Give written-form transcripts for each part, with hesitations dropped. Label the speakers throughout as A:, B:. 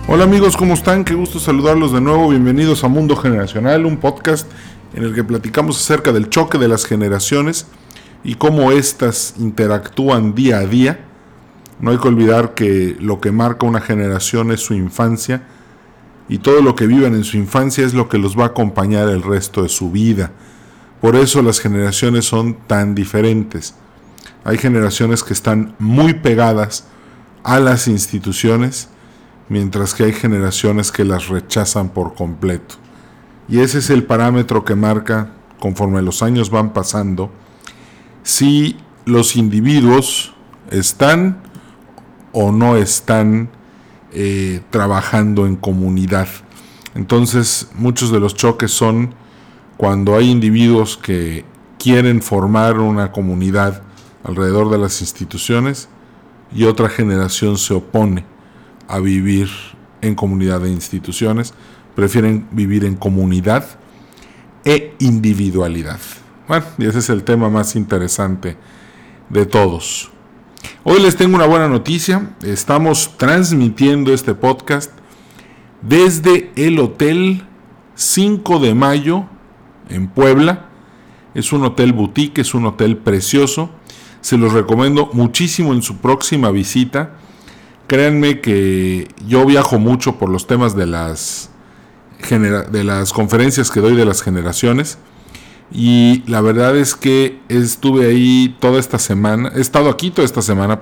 A: Hola amigos, ¿cómo están? Qué gusto saludarlos de nuevo. Bienvenidos a Mundo Generacional, un podcast en el que platicamos acerca del choque de las generaciones y cómo éstas interactúan día a día. No hay que olvidar que lo que marca una generación es su infancia y todo lo que viven en su infancia es lo que los va a acompañar el resto de su vida. Por eso las generaciones son tan diferentes. Hay generaciones que están muy pegadas a las instituciones, mientras que hay generaciones que las rechazan por completo. Y ese es el parámetro que marca, conforme los años van pasando, si los individuos están o no están trabajando en comunidad. Entonces, muchos de los choques son cuando hay individuos que quieren formar una comunidad alrededor de las instituciones y otra generación se opone a vivir en comunidad de instituciones, prefieren vivir en comunidad e individualidad. Bueno, y ese es el tema más interesante de todos. Hoy les tengo una buena noticia. Estamos transmitiendo este podcast desde el Hotel 5 de Mayo en Puebla. Es un hotel boutique, es un hotel precioso. Se los recomiendo muchísimo en su próxima visita. Créanme que yo viajo mucho por los temas de las conferencias que doy de las generaciones, y la verdad es que estuve ahí toda esta semana, he estado aquí toda esta semana,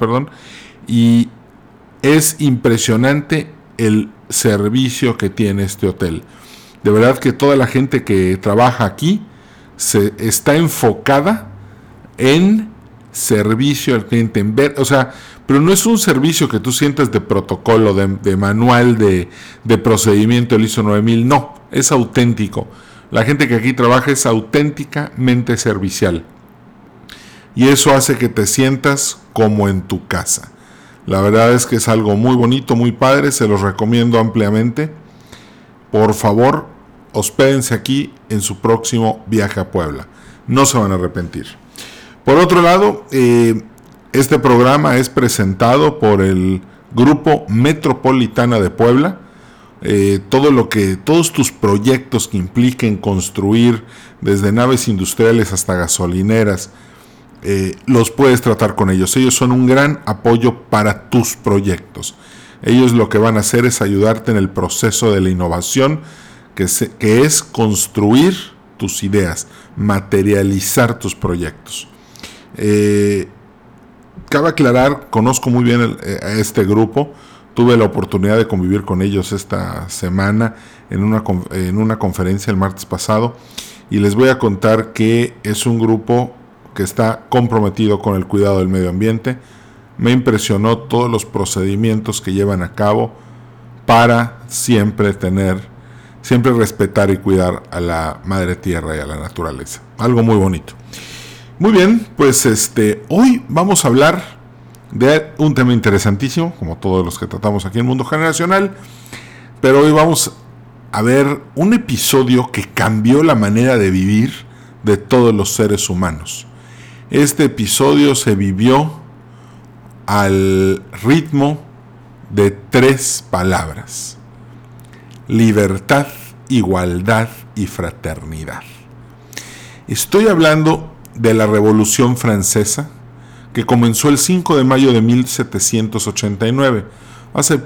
A: y es impresionante el servicio que tiene este hotel. De verdad que toda la gente que trabaja aquí está enfocada en servicio al cliente, en ver, pero no es un servicio que tú sientas de protocolo, de manual, de procedimiento del ISO 9000, no, es auténtico. La gente que aquí trabaja es auténticamente servicial. Y eso hace que te sientas como en tu casa. La verdad es que es algo muy bonito, muy padre, se los recomiendo ampliamente. Por favor, hospédense aquí en su próximo viaje a Puebla. No se van a arrepentir. Por otro lado, este programa es presentado por el Grupo Metropolitana de Puebla. Todos tus proyectos que impliquen construir desde naves industriales hasta gasolineras, los puedes tratar con ellos. Ellos son un gran apoyo para tus proyectos. Ellos lo que van a hacer es ayudarte en el proceso de la innovación, que es construir tus ideas, materializar tus proyectos. Cabe aclarar, conozco muy bien a este grupo. Tuve la oportunidad de convivir con ellos esta semana en una conferencia el martes pasado, y les voy a contar que es un grupo que está comprometido con el cuidado del medio ambiente. Me impresionó todos los procedimientos que llevan a cabo para siempre respetar y cuidar a la madre tierra y a la naturaleza. Algo muy bonito. Muy bien, pues hoy vamos a hablar de un tema interesantísimo, como todos los que tratamos aquí en Mundo Generacional, pero hoy vamos a ver un episodio que cambió la manera de vivir de todos los seres humanos. Este episodio se vivió al ritmo de 3 palabras: libertad, igualdad y fraternidad. Estoy hablando de la Revolución Francesa, que comenzó el 5 de mayo de 1789, hace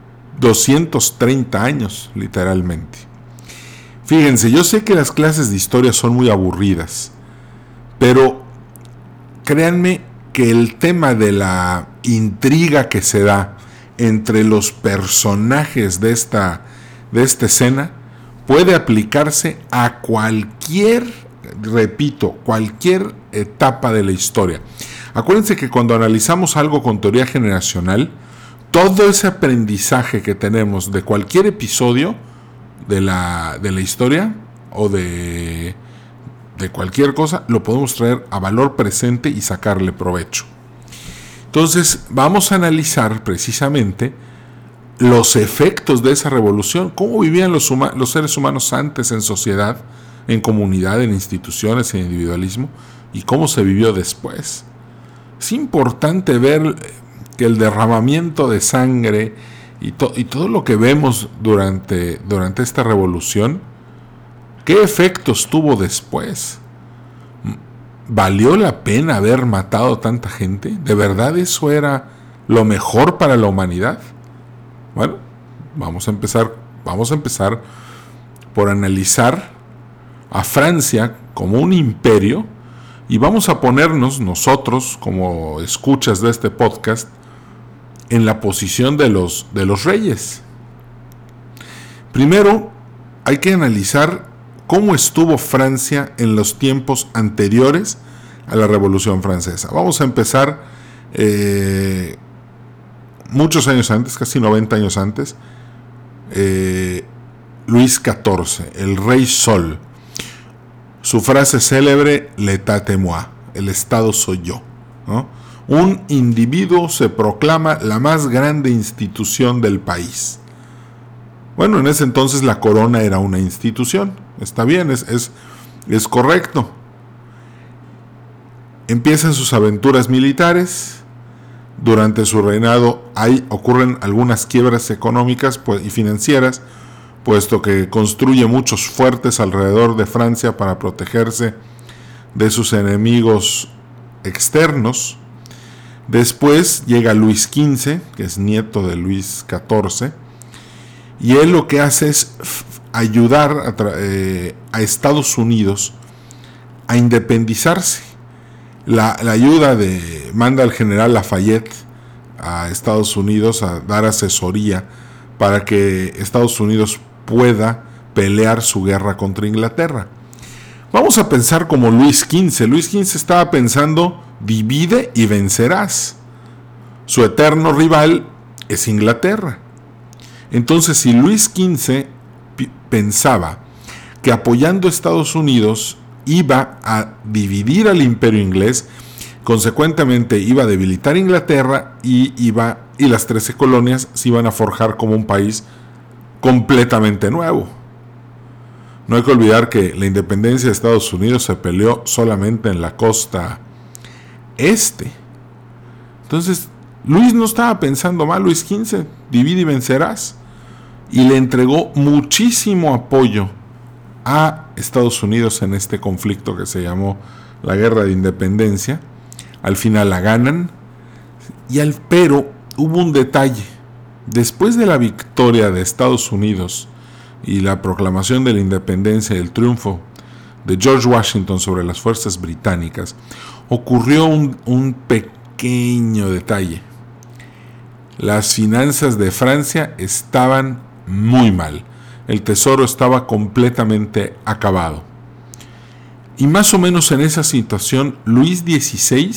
A: 230 años, literalmente. Fíjense, yo sé que las clases de historia son muy aburridas, pero créanme que el tema de la intriga que se da entre los personajes de esta escena puede aplicarse a cualquier etapa de la historia. Acuérdense que cuando analizamos algo con teoría generacional, todo ese aprendizaje que tenemos de cualquier episodio de la historia o de cualquier cosa, lo podemos traer a valor presente y sacarle provecho. Entonces, vamos a analizar precisamente los efectos de esa revolución, cómo vivían los seres humanos antes en sociedad, en comunidad, en instituciones, en individualismo, y cómo se vivió después. Es importante ver que el derramamiento de sangre, y todo lo que vemos durante esta revolución, ¿qué efectos tuvo después? ¿Valió la pena haber matado a tanta gente? ¿De verdad eso era lo mejor para la humanidad? Bueno, vamos a empezar por analizar a Francia como un imperio y vamos a ponernos nosotros, como escuchas de este podcast, en la posición de los reyes. Primero, hay que analizar cómo estuvo Francia en los tiempos anteriores a la Revolución Francesa. Vamos a empezar muchos años antes, casi 90 años antes. Luis XIV, el Rey Sol. Su frase célebre, l'état est moi, el Estado soy yo, ¿no? Un individuo se proclama la más grande institución del país. Bueno, en ese entonces la corona era una institución. Está bien, es correcto. Empiezan sus aventuras militares. Durante su reinado ocurren algunas quiebras económicas y financieras, puesto que construye muchos fuertes alrededor de Francia para protegerse de sus enemigos externos. Después llega Luis XV, que es nieto de Luis XIV, y él lo que hace es ayudar a Estados Unidos a independizarse. La ayuda manda al general Lafayette a Estados Unidos a dar asesoría para que Estados Unidos pueda pelear su guerra contra Inglaterra. Vamos a pensar como Luis XV. Luis XV estaba pensando, divide y vencerás. Su eterno rival es Inglaterra. Entonces, si Luis XV pensaba que apoyando a Estados Unidos iba a dividir al imperio inglés, consecuentemente iba a debilitar Inglaterra y las 13 colonias se iban a forjar como un país completamente nuevo. No hay que olvidar que la independencia de Estados Unidos se peleó solamente en la costa este. Entonces, Luis no estaba pensando mal, Luis XV, divide y vencerás. Y le entregó muchísimo apoyo a Estados Unidos en este conflicto que se llamó la Guerra de Independencia. Al final la ganan, pero hubo un detalle. Después de la victoria de Estados Unidos y la proclamación de la independencia y el triunfo de George Washington sobre las fuerzas británicas, ocurrió un pequeño detalle. Las finanzas de Francia estaban muy mal. El tesoro estaba completamente acabado. Y más o menos en esa situación, Luis XVI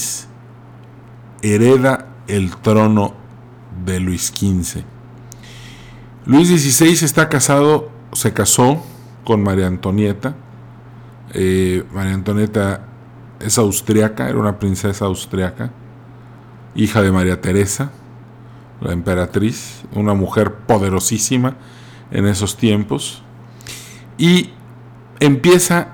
A: hereda el trono de Luis XV. Luis XVI se casó con María Antonieta. María Antonieta es austriaca, era una princesa austriaca, hija de María Teresa, la emperatriz, una mujer poderosísima en esos tiempos. Y empieza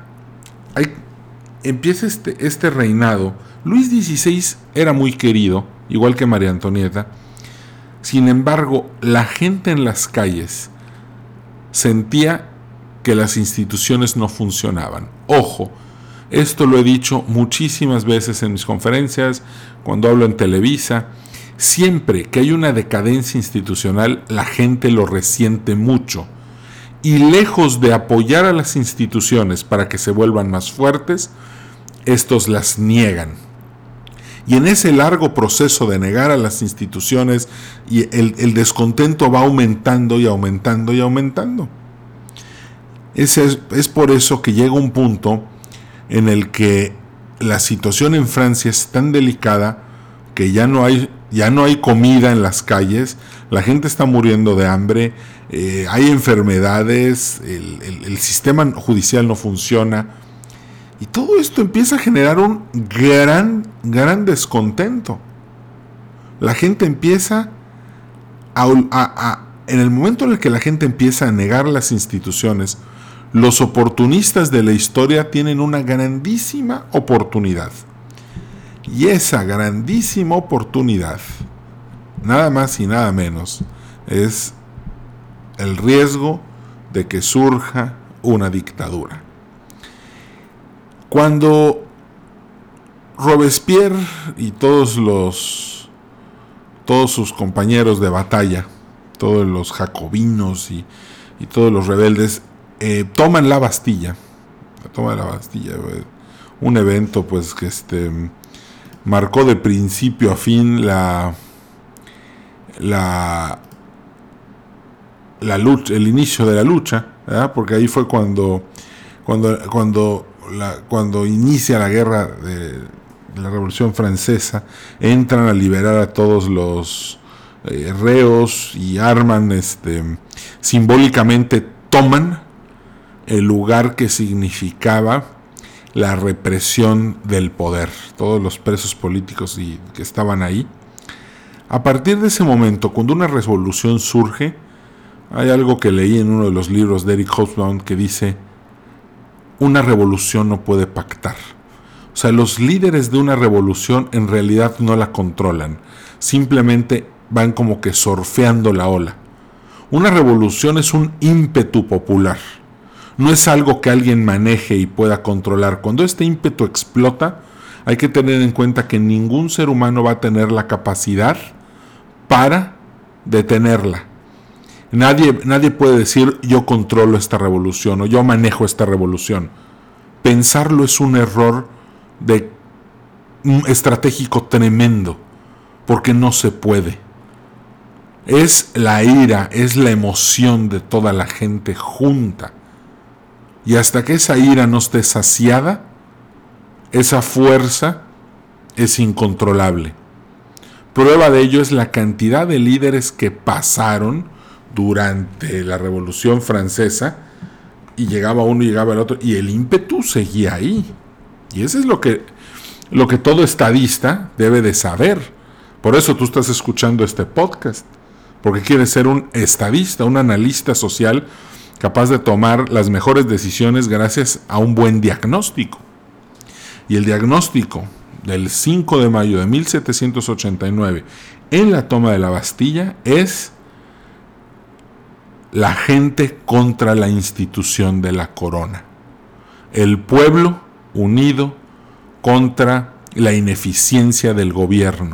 A: este reinado. Luis XVI era muy querido, igual que María Antonieta. Sin embargo, la gente en las calles sentía que las instituciones no funcionaban. Ojo, esto lo he dicho muchísimas veces en mis conferencias, cuando hablo en Televisa. Siempre que hay una decadencia institucional, la gente lo resiente mucho. Y lejos de apoyar a las instituciones para que se vuelvan más fuertes, estos las niegan. Y en ese largo proceso de negar a las instituciones, y el descontento va aumentando y aumentando y aumentando. Es por eso que llega un punto en el que la situación en Francia es tan delicada que ya no hay comida en las calles, la gente está muriendo de hambre, hay enfermedades, el sistema judicial no funciona. Y todo esto empieza a generar un gran descontento. La gente empieza en el momento en el que la gente empieza a negar las instituciones, los oportunistas de la historia tienen una grandísima oportunidad. Y esa grandísima oportunidad, nada más y nada menos, es el riesgo de que surja una dictadura. Cuando Robespierre y todos sus compañeros de batalla, todos los jacobinos y todos los rebeldes toman la Bastilla, un evento pues que marcó de principio a fin la lucha, el inicio de la lucha, ¿verdad? Porque ahí fue cuando inicia la guerra de la Revolución Francesa, entran a liberar a todos los reos y arman, simbólicamente toman el lugar que significaba la represión del poder, todos los presos políticos que estaban ahí. A partir de ese momento, cuando una revolución surge, hay algo que leí en uno de los libros de Eric Hobsbawm que dice: una revolución no puede pactar. O sea, los líderes de una revolución en realidad no la controlan, simplemente van como que surfeando la ola. Una revolución es un ímpetu popular, no es algo que alguien maneje y pueda controlar. Cuando este ímpetu explota, hay que tener en cuenta que ningún ser humano va a tener la capacidad para detenerla. Nadie puede decir: yo controlo esta revolución o yo manejo esta revolución. Pensarlo es un error estratégico tremendo, porque no se puede. Es la ira, es la emoción de toda la gente junta. Y hasta que esa ira no esté saciada, esa fuerza es incontrolable. Prueba de ello es la cantidad de líderes que pasaron durante la Revolución Francesa, y llegaba uno y llegaba el otro, y el ímpetu seguía ahí. Y eso es lo que todo estadista debe de saber. Por eso tú estás escuchando este podcast, porque quieres ser un estadista, un analista social capaz de tomar las mejores decisiones gracias a un buen diagnóstico. Y el diagnóstico del 5 de mayo de 1789 en la toma de la Bastilla es: la gente contra la institución de la corona. El pueblo unido contra la ineficiencia del gobierno.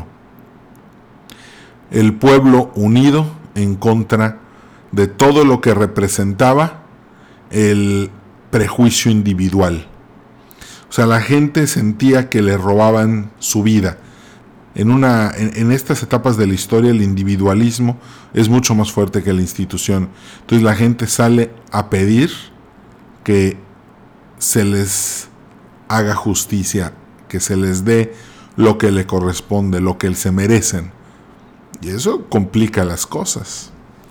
A: El pueblo unido en contra de todo lo que representaba el prejuicio individual. O sea, la gente sentía que le robaban su vida. En estas etapas de la historia, el individualismo es mucho más fuerte que la institución. Entonces la gente sale a pedir que se les haga justicia, que se les dé lo que le corresponde, lo que se merecen. Y eso complica las cosas.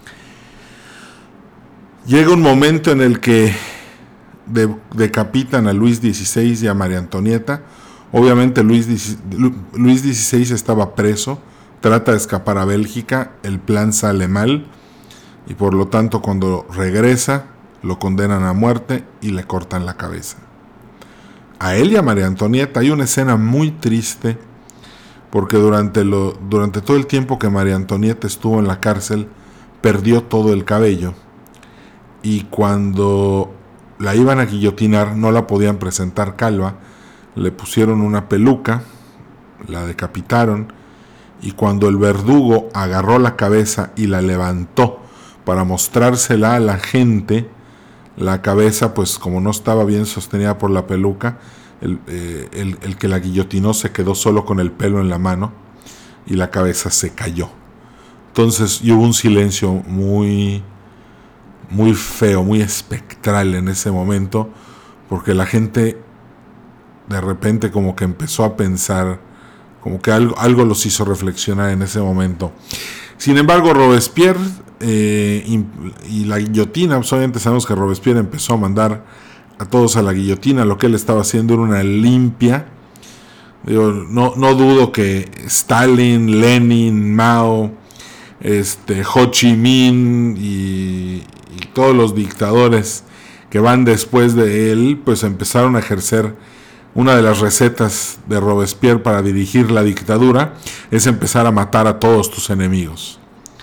A: Llega un momento en el que decapitan a Luis XVI y a María Antonieta. Obviamente Luis XVI estaba preso, trata de escapar a Bélgica, el plan sale mal y por lo tanto cuando regresa lo condenan a muerte y le cortan la cabeza. A él y a María Antonieta hay una escena muy triste, porque durante todo el tiempo que María Antonieta estuvo en la cárcel perdió todo el cabello, y cuando la iban a guillotinar no la podían presentar calva, le pusieron una peluca, la decapitaron, y cuando el verdugo agarró la cabeza y la levantó para mostrársela a la gente, la cabeza, pues como no estaba bien sostenida por la peluca, el que la guillotinó se quedó solo con el pelo en la mano y la cabeza se cayó. Entonces hubo un silencio muy, muy feo, muy espectral en ese momento, porque la gente de repente como que empezó a pensar, como que algo los hizo reflexionar en ese momento. Sin embargo, Robespierre y la guillotina, pues obviamente sabemos que Robespierre empezó a mandar a todos a la guillotina. Lo que él estaba haciendo era una limpia. No dudo que Stalin, Lenin, Mao, Ho Chi Minh y todos los dictadores que van después de él, pues empezaron a ejercer. Una de las recetas de Robespierre para dirigir la dictadura es empezar a matar a todos tus enemigos.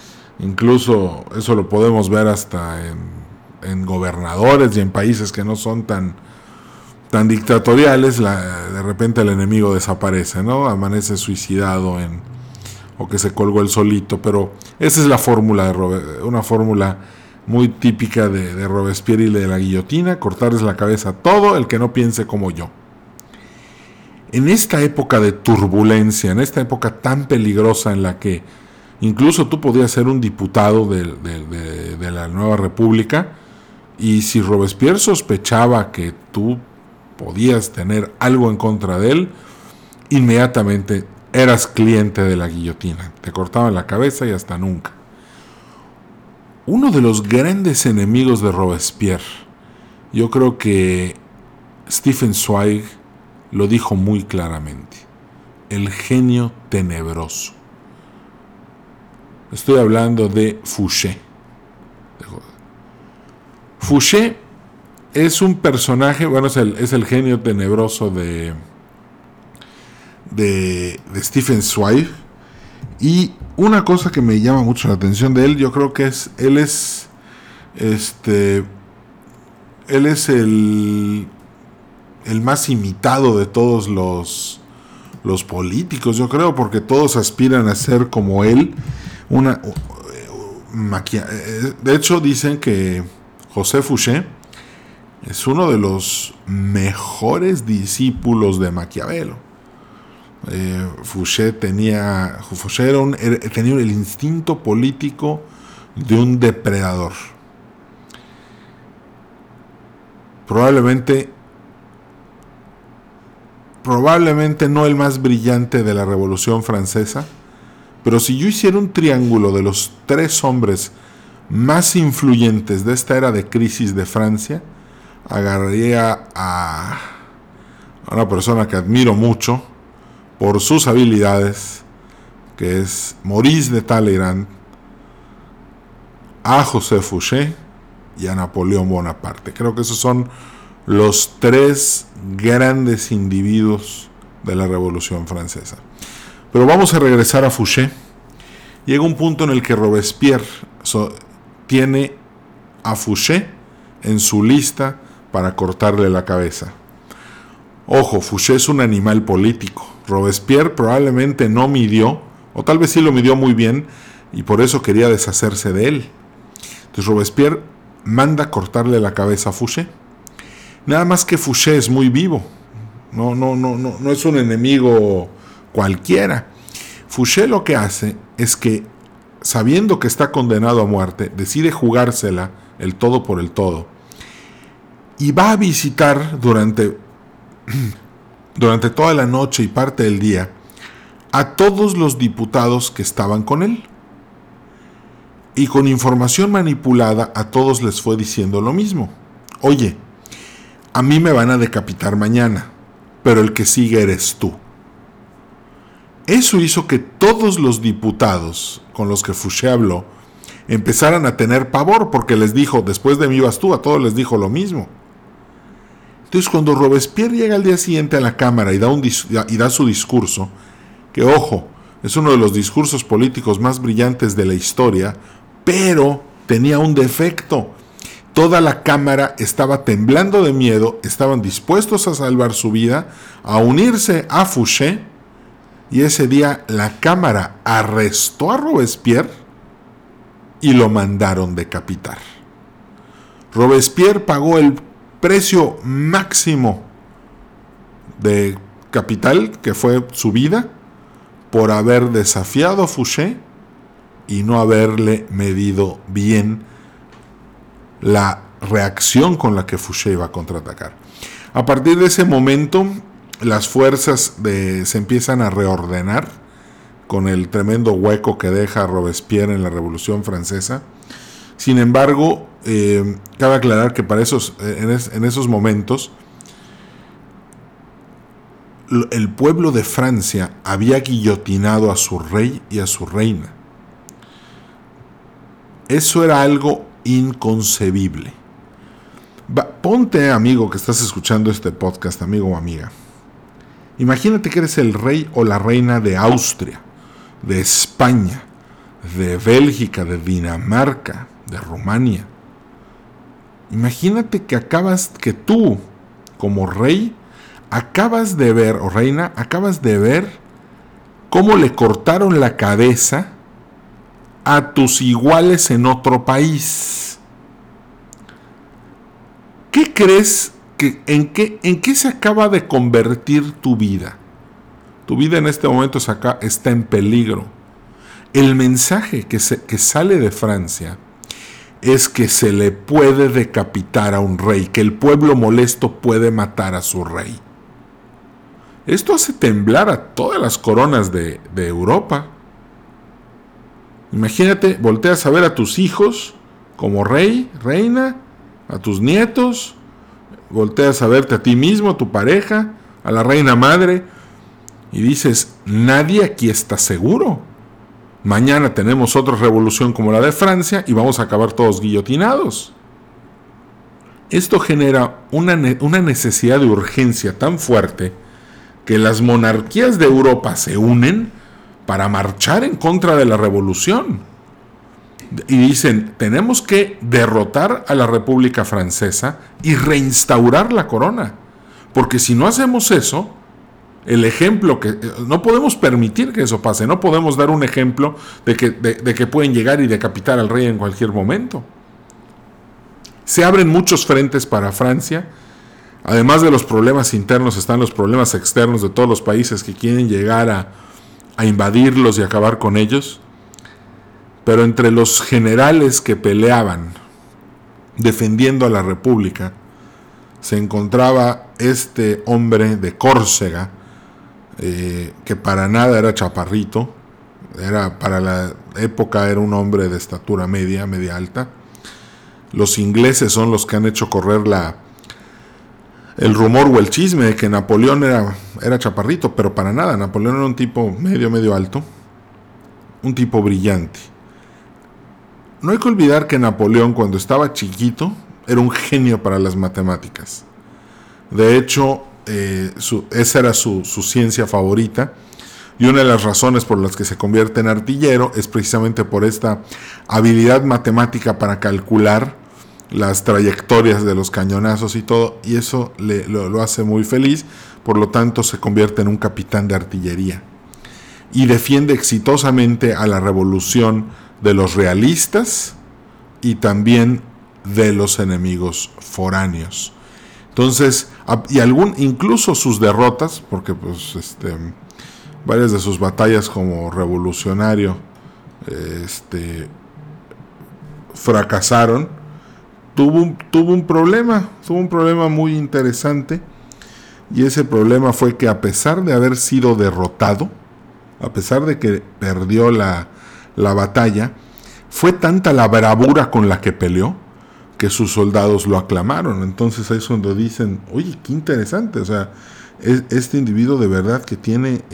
A: Incluso eso lo podemos ver hasta en gobernadores y en países que no son tan dictatoriales. De repente el enemigo desaparece, ¿no? Amanece suicidado o que se colgó él solito. Pero esa es la fórmula una fórmula muy típica de Robespierre y de la guillotina: cortarles la cabeza a todo el que no piense como yo. En esta época de turbulencia, en esta época tan peligrosa en la que incluso tú podías ser un diputado de la nueva república, y si Robespierre sospechaba que tú podías tener algo en contra de él, inmediatamente eras cliente de la guillotina. Te cortaban la cabeza y hasta nunca. Uno de los grandes enemigos de Robespierre, yo creo que Stefan Zweig lo dijo muy claramente: el genio tenebroso. Estoy hablando de Fouché. Fouché es un personaje, bueno, es el genio tenebroso de Stefan Zweig. Y una cosa que me llama mucho la atención de él, yo creo que él es el más imitado de todos los políticos, yo creo, porque todos aspiran a ser como él. De hecho, dicen que José Fouché es uno de los mejores discípulos de Maquiavelo. Fouché tenía el instinto político de un depredador. Probablemente no el más brillante de la Revolución Francesa, pero si yo hiciera un triángulo de los 3 hombres más influyentes de esta era de crisis de Francia, agarraría a una persona que admiro mucho por sus habilidades, que es Maurice de Talleyrand, a José Fouché y a Napoleón Bonaparte. Creo que esos son los 3 grandes individuos de la Revolución Francesa. Pero vamos a regresar a Fouché. Llega un punto en el que Robespierre tiene a Fouché en su lista para cortarle la cabeza. Ojo, Fouché es un animal político. Robespierre probablemente no midió, o tal vez sí lo midió muy bien, y por eso quería deshacerse de él. Entonces Robespierre manda cortarle la cabeza a Fouché. Nada más que Fouché es muy vivo. No es un enemigo cualquiera. Fouché lo que hace es que, sabiendo que está condenado a muerte, decide jugársela el todo por el todo. Y va a visitar durante toda la noche y parte del día a todos los diputados que estaban con él. Y con información manipulada a todos les fue diciendo lo mismo: oye, a mí me van a decapitar mañana, pero el que sigue eres tú. Eso hizo que todos los diputados con los que Fouché habló empezaran a tener pavor, porque les dijo: después de mí vas tú. A todos les dijo lo mismo. Entonces, cuando Robespierre llega al día siguiente a la Cámara y da su discurso, que ojo, es uno de los discursos políticos más brillantes de la historia, pero tenía un defecto. Toda la Cámara estaba temblando de miedo, estaban dispuestos a salvar su vida, a unirse a Fouché, y ese día la Cámara arrestó a Robespierre y lo mandaron decapitar. Robespierre pagó el precio máximo de capital, que fue su vida, por haber desafiado a Fouché y no haberle medido bien la reacción con la que Fouché iba a contraatacar. A partir de ese momento, las fuerzas se empiezan a reordenar con el tremendo hueco que deja Robespierre en la Revolución Francesa. Sin embargo, cabe aclarar que en esos momentos el pueblo de Francia había guillotinado a su rey y a su reina. Eso era algo inconcebible. Ponte, amigo que estás escuchando este podcast, amigo o amiga. Imagínate que eres el rey o la reina de Austria, de España, de Bélgica, de Dinamarca, de Rumania. Imagínate que tú, como rey, acabas de ver, o reina, acabas de ver cómo le cortaron la cabeza a tus iguales en otro país. ¿Qué crees en qué se acaba de convertir tu vida? Tu vida en este momento está en peligro. El mensaje que sale de Francia es que se le puede decapitar a un rey, que el pueblo molesto puede matar a su rey. Esto hace temblar a todas las coronas de Europa. Imagínate, volteas a ver a tus hijos como rey, reina, a tus nietos, volteas a verte a ti mismo, a tu pareja, a la reina madre, y dices, nadie aquí está seguro. Mañana tenemos otra revolución como la de Francia y vamos a acabar todos guillotinados. Esto genera una necesidad de urgencia tan fuerte que las monarquías de Europa se unen para marchar en contra de la revolución. Y dicen, tenemos que derrotar a la República Francesa y reinstaurar la corona. Porque si no hacemos eso, el ejemplo que no podemos permitir que eso pase, no podemos dar un ejemplo de que pueden llegar y decapitar al rey en cualquier momento. Se abren muchos frentes para Francia. Además de los problemas internos están los problemas externos de todos los países que quieren llegar a invadirlos y acabar con ellos. Pero entre los generales que peleaban defendiendo a la República se encontraba este hombre de Córcega, que para nada era chaparrito, para la época era un hombre de estatura media alta. Los ingleses son los que han hecho correr el rumor o el chisme de que Napoleón era chaparrito, pero para nada. Napoleón era un tipo medio alto, un tipo brillante. No hay que olvidar que Napoleón, cuando estaba chiquito, era un genio para las matemáticas. De hecho, esa era su ciencia favorita, y una de las razones por las que se convierte en artillero es precisamente por esta habilidad matemática para calcular las trayectorias de los cañonazos y todo, y eso lo hace muy feliz. Por lo tanto, se convierte en un capitán de artillería y defiende exitosamente a la revolución de los realistas y también de los enemigos foráneos. Entonces, incluso sus derrotas, porque varias de sus batallas como revolucionario fracasaron. Tuvo un problema muy interesante, y ese problema fue que, a pesar de haber sido derrotado, a pesar de que perdió la batalla, fue tanta la bravura con la que peleó que sus soldados lo aclamaron. Entonces ahí es cuando dicen, oye, qué interesante, o sea, este individuo de verdad que tiene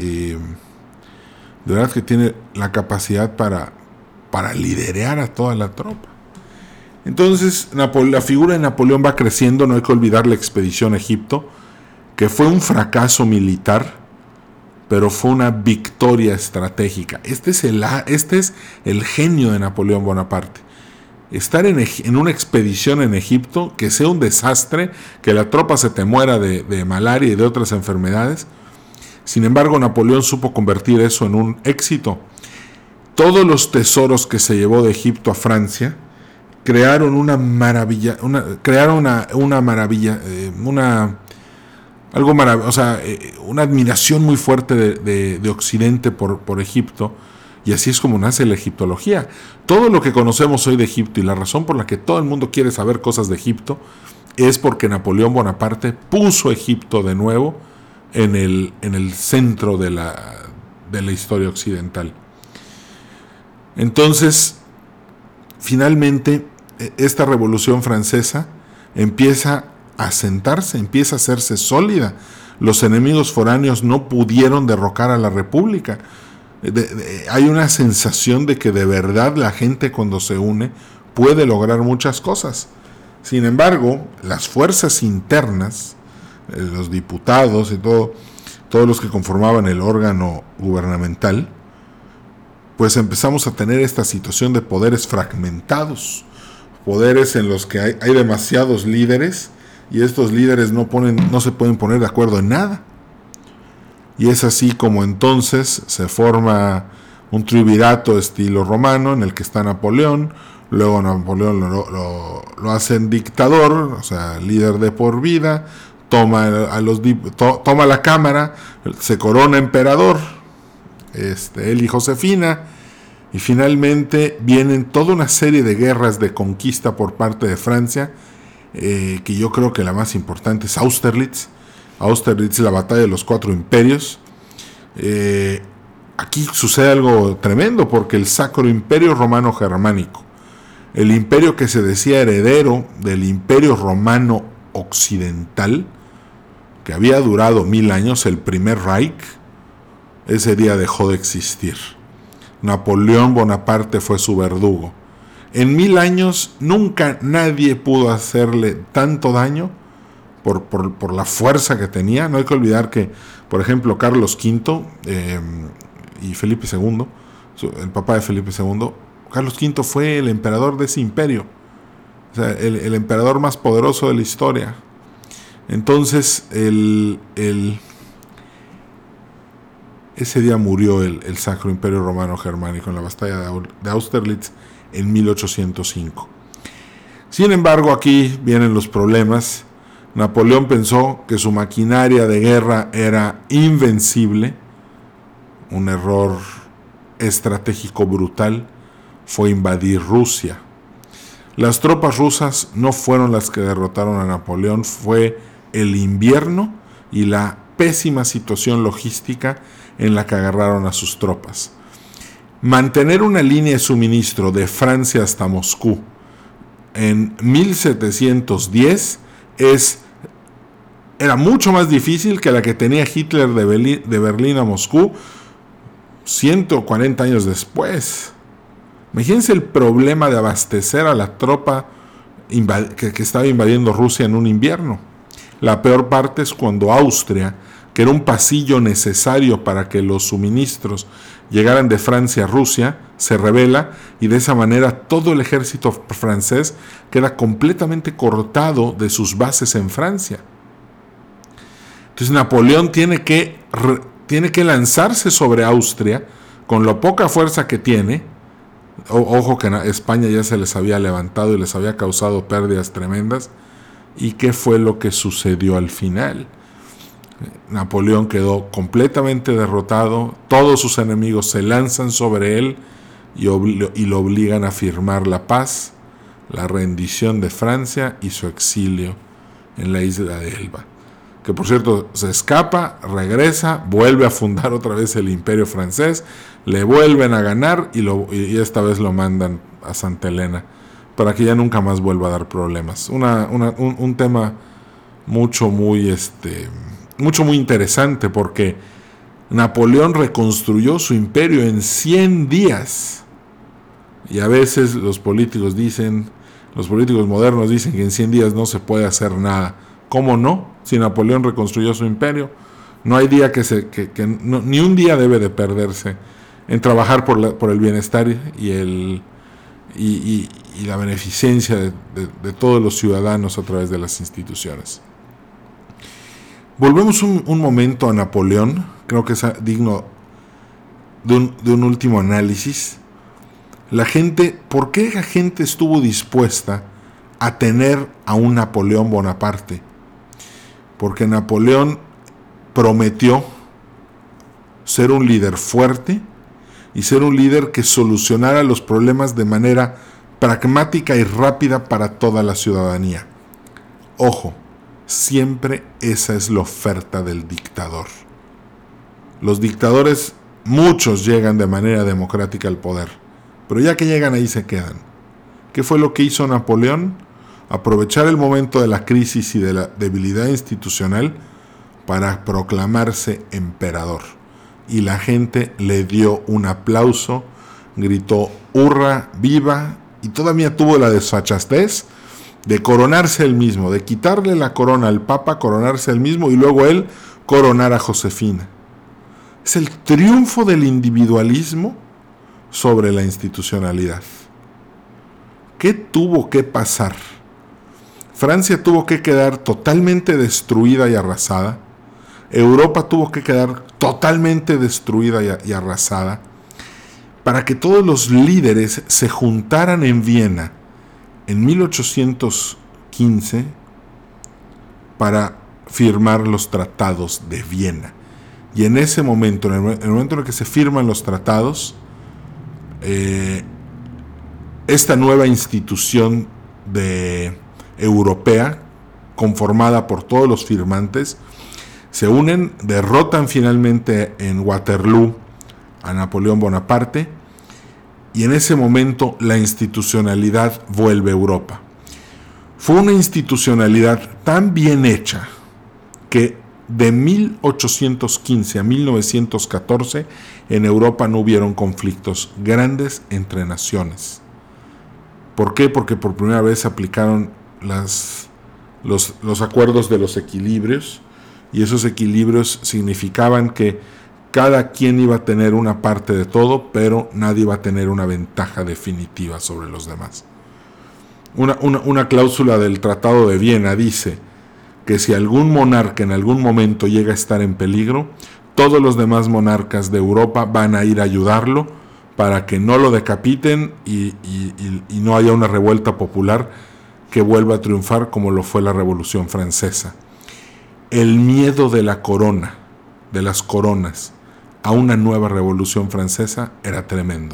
A: la capacidad para liderar a toda la tropa. Entonces la figura de Napoleón va creciendo. No hay que olvidar la expedición a Egipto, que fue un fracaso militar, pero fue una victoria estratégica. Este es el genio de Napoleón Bonaparte. Estar en una expedición en Egipto, que sea un desastre, que la tropa se te muera de malaria y de otras enfermedades. Sin embargo, Napoleón supo convertir eso en un éxito. Todos los tesoros que se llevó de Egipto a Francia crearon una maravilla, una admiración muy fuerte de Occidente por Egipto, y así es como nace la egiptología. Todo lo que conocemos hoy de Egipto, y la razón por la que todo el mundo quiere saber cosas de Egipto, es porque Napoleón Bonaparte puso Egipto de nuevo en el centro de la historia occidental. Entonces, finalmente, esta revolución francesa empieza a sentarse, empieza a hacerse sólida. Los enemigos foráneos no pudieron derrocar a la República. Hay una sensación de que de verdad la gente, cuando se une, puede lograr muchas cosas. Sin embargo, las fuerzas internas, los diputados y todos los que conformaban el órgano gubernamental, pues empezamos a tener esta situación de poderes fragmentados, poderes en los que hay demasiados líderes y estos líderes no se pueden poner de acuerdo en nada. Y es así como entonces se forma un triunvirato estilo romano en el que está Napoleón. Luego Napoleón lo hacen dictador, o sea, líder de por vida, toma la cámara, se corona emperador, él y Josefina, y finalmente vienen toda una serie de guerras de conquista por parte de Francia, que yo creo que la más importante es Austerlitz, la batalla de los 4 imperios. Aquí sucede algo tremendo porque el Sacro Imperio Romano Germánico, el imperio que se decía heredero del Imperio Romano Occidental, que había durado 1000 años, el primer Reich, ese día dejó de existir. Napoleón Bonaparte fue su verdugo. En 1000 años nunca nadie pudo hacerle tanto daño por la fuerza que tenía. No hay que olvidar que, por ejemplo, Carlos V y Felipe II, el papá de Felipe II, Carlos V fue el emperador de ese imperio, o sea, el emperador más poderoso de la historia. Entonces, ese día murió el Sacro Imperio Romano Germánico en la batalla de Austerlitz en 1805. Sin embargo, aquí vienen los problemas. Napoleón pensó que su maquinaria de guerra era invencible, un error estratégico brutal. Fue invadir Rusia. Las tropas rusas no fueron las que derrotaron a Napoleón, fue el invierno y la pésima situación logística en la que agarraron a sus tropas. Mantener una línea de suministro de Francia hasta Moscú en 1710 era mucho más difícil que la que tenía Hitler de Berlín a Moscú 140 años después. Imagínense el problema de abastecer a la tropa que estaba invadiendo Rusia en un invierno. La peor parte es cuando Austria, que era un pasillo necesario para que los suministros llegaran de Francia a Rusia, se rebela y de esa manera todo el ejército francés queda completamente cortado de sus bases en Francia. Entonces Napoleón tiene que lanzarse sobre Austria con la poca fuerza que tiene. Ojo que España ya se les había levantado y les había causado pérdidas tremendas. ¿Y qué fue lo que sucedió al final? Napoleón quedó completamente derrotado, todos sus enemigos se lanzan sobre él y lo obligan a firmar la paz, la rendición de Francia y su exilio en la isla de Elba. Que por cierto se escapa, regresa, vuelve a fundar otra vez el imperio francés, le vuelven a ganar y esta vez lo mandan a Santa Elena para que ya nunca más vuelva a dar problemas. Un tema muy interesante porque Napoleón reconstruyó su imperio en 100 días y a veces los políticos modernos dicen que en 100 días no se puede hacer nada. ¿Cómo no? Si Napoleón reconstruyó su imperio, no hay día ni un día debe de perderse en trabajar por el bienestar y la beneficencia de todos los ciudadanos a través de las instituciones. Volvemos un momento a Napoleón, creo que es digno de un último análisis. ¿Por qué la gente estuvo dispuesta a tener a un Napoleón Bonaparte? Porque Napoleón prometió ser un líder fuerte y ser un líder que solucionara los problemas de manera pragmática y rápida para toda la ciudadanía. Ojo, siempre esa es la oferta del dictador. Los dictadores, muchos llegan de manera democrática al poder, pero ya que llegan ahí se quedan. ¿Qué fue lo que hizo Napoleón? Aprovechar el momento de la crisis y de la debilidad institucional para proclamarse emperador. Y la gente le dio un aplauso, gritó ¡hurra, viva! Y todavía tuvo la desfachatez de coronarse él mismo, de quitarle la corona al Papa, coronarse él mismo y luego él coronar a Josefina. Es el triunfo del individualismo sobre la institucionalidad. ¿Qué tuvo que pasar? Francia tuvo que quedar totalmente destruida y arrasada. Europa tuvo que quedar totalmente destruida y arrasada para que todos los líderes se juntaran en Viena en 1815 para firmar los tratados de Viena. Y en ese momento, en el momento en el que se firman los tratados, esta nueva institución europea, conformada por todos los firmantes, se unen, derrotan finalmente en Waterloo a Napoleón Bonaparte, y en ese momento la institucionalidad vuelve a Europa. Fue una institucionalidad tan bien hecha que de 1815 a 1914 en Europa no hubieron conflictos grandes entre naciones. ¿Por qué? Porque por primera vez se aplicaron los acuerdos de los equilibrios, y esos equilibrios significaban que cada quien iba a tener una parte de todo, pero nadie iba a tener una ventaja definitiva sobre los demás. Una cláusula del Tratado de Viena dice que si algún monarca en algún momento llega a estar en peligro, todos los demás monarcas de Europa van a ir a ayudarlo para que no lo decapiten y no haya una revuelta popular que vuelva a triunfar como lo fue la Revolución Francesa. El miedo de la corona, de las coronas, a una nueva Revolución Francesa era tremendo.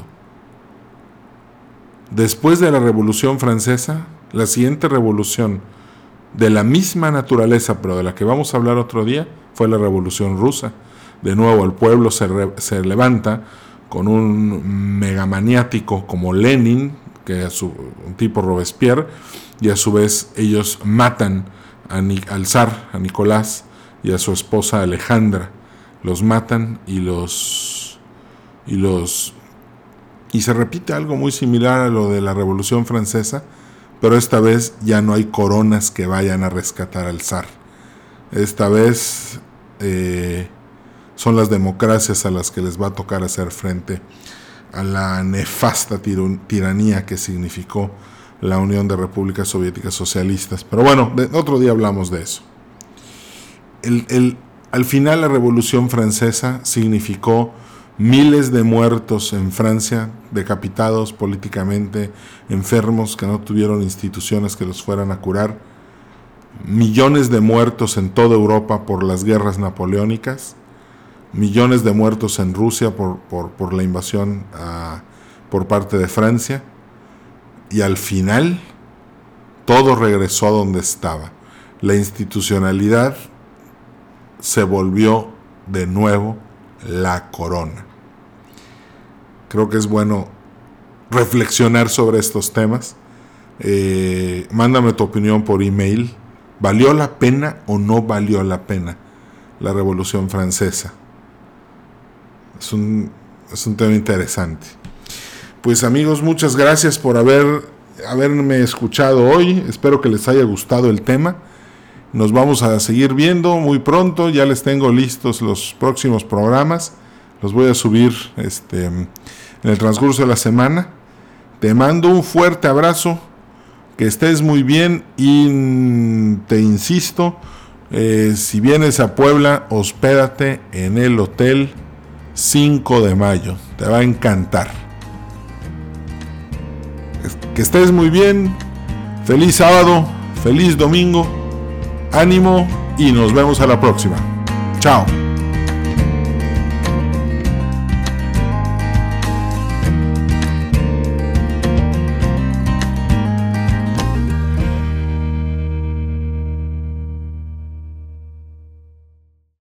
A: Después de la Revolución Francesa, la siguiente revolución de la misma naturaleza, pero de la que vamos a hablar otro día, fue la Revolución Rusa. De nuevo el pueblo se levanta con un megamaniático como Lenin, que es un tipo Robespierre, y a su vez ellos matan al zar, a Nicolás, y a su esposa Alejandra. Los matan y se repite algo muy similar a lo de la Revolución Francesa, pero esta vez ya no hay coronas que vayan a rescatar al zar. Esta vez son las democracias a las que les va a tocar hacer frente a la nefasta tiranía que significó la Unión de Repúblicas Soviéticas Socialistas. Pero bueno, otro día hablamos de eso. Al final la Revolución Francesa significó miles de muertos en Francia, decapitados políticamente, enfermos que no tuvieron instituciones que los fueran a curar, millones de muertos en toda Europa por las guerras napoleónicas, millones de muertos en Rusia por la invasión por parte de Francia, y al final todo regresó a donde estaba. La institucionalidad se volvió de nuevo la corona. Creo que es bueno reflexionar sobre estos temas. Mándame tu opinión por email. ¿Valió la pena o no valió la pena la Revolución Francesa? Es un tema interesante. Pues amigos, muchas gracias por haberme escuchado hoy. Espero que les haya gustado el tema. Nos vamos a seguir viendo muy pronto. Ya les tengo listos los próximos programas. Los voy a subir en el transcurso de la semana. Te mando un fuerte abrazo. Que estés muy bien. Y te insisto, si vienes a Puebla, hospédate en el Hotel 5 de Mayo. Te va a encantar. Que estés muy bien. Feliz sábado. Feliz domingo. Ánimo y nos vemos a la próxima. Chao.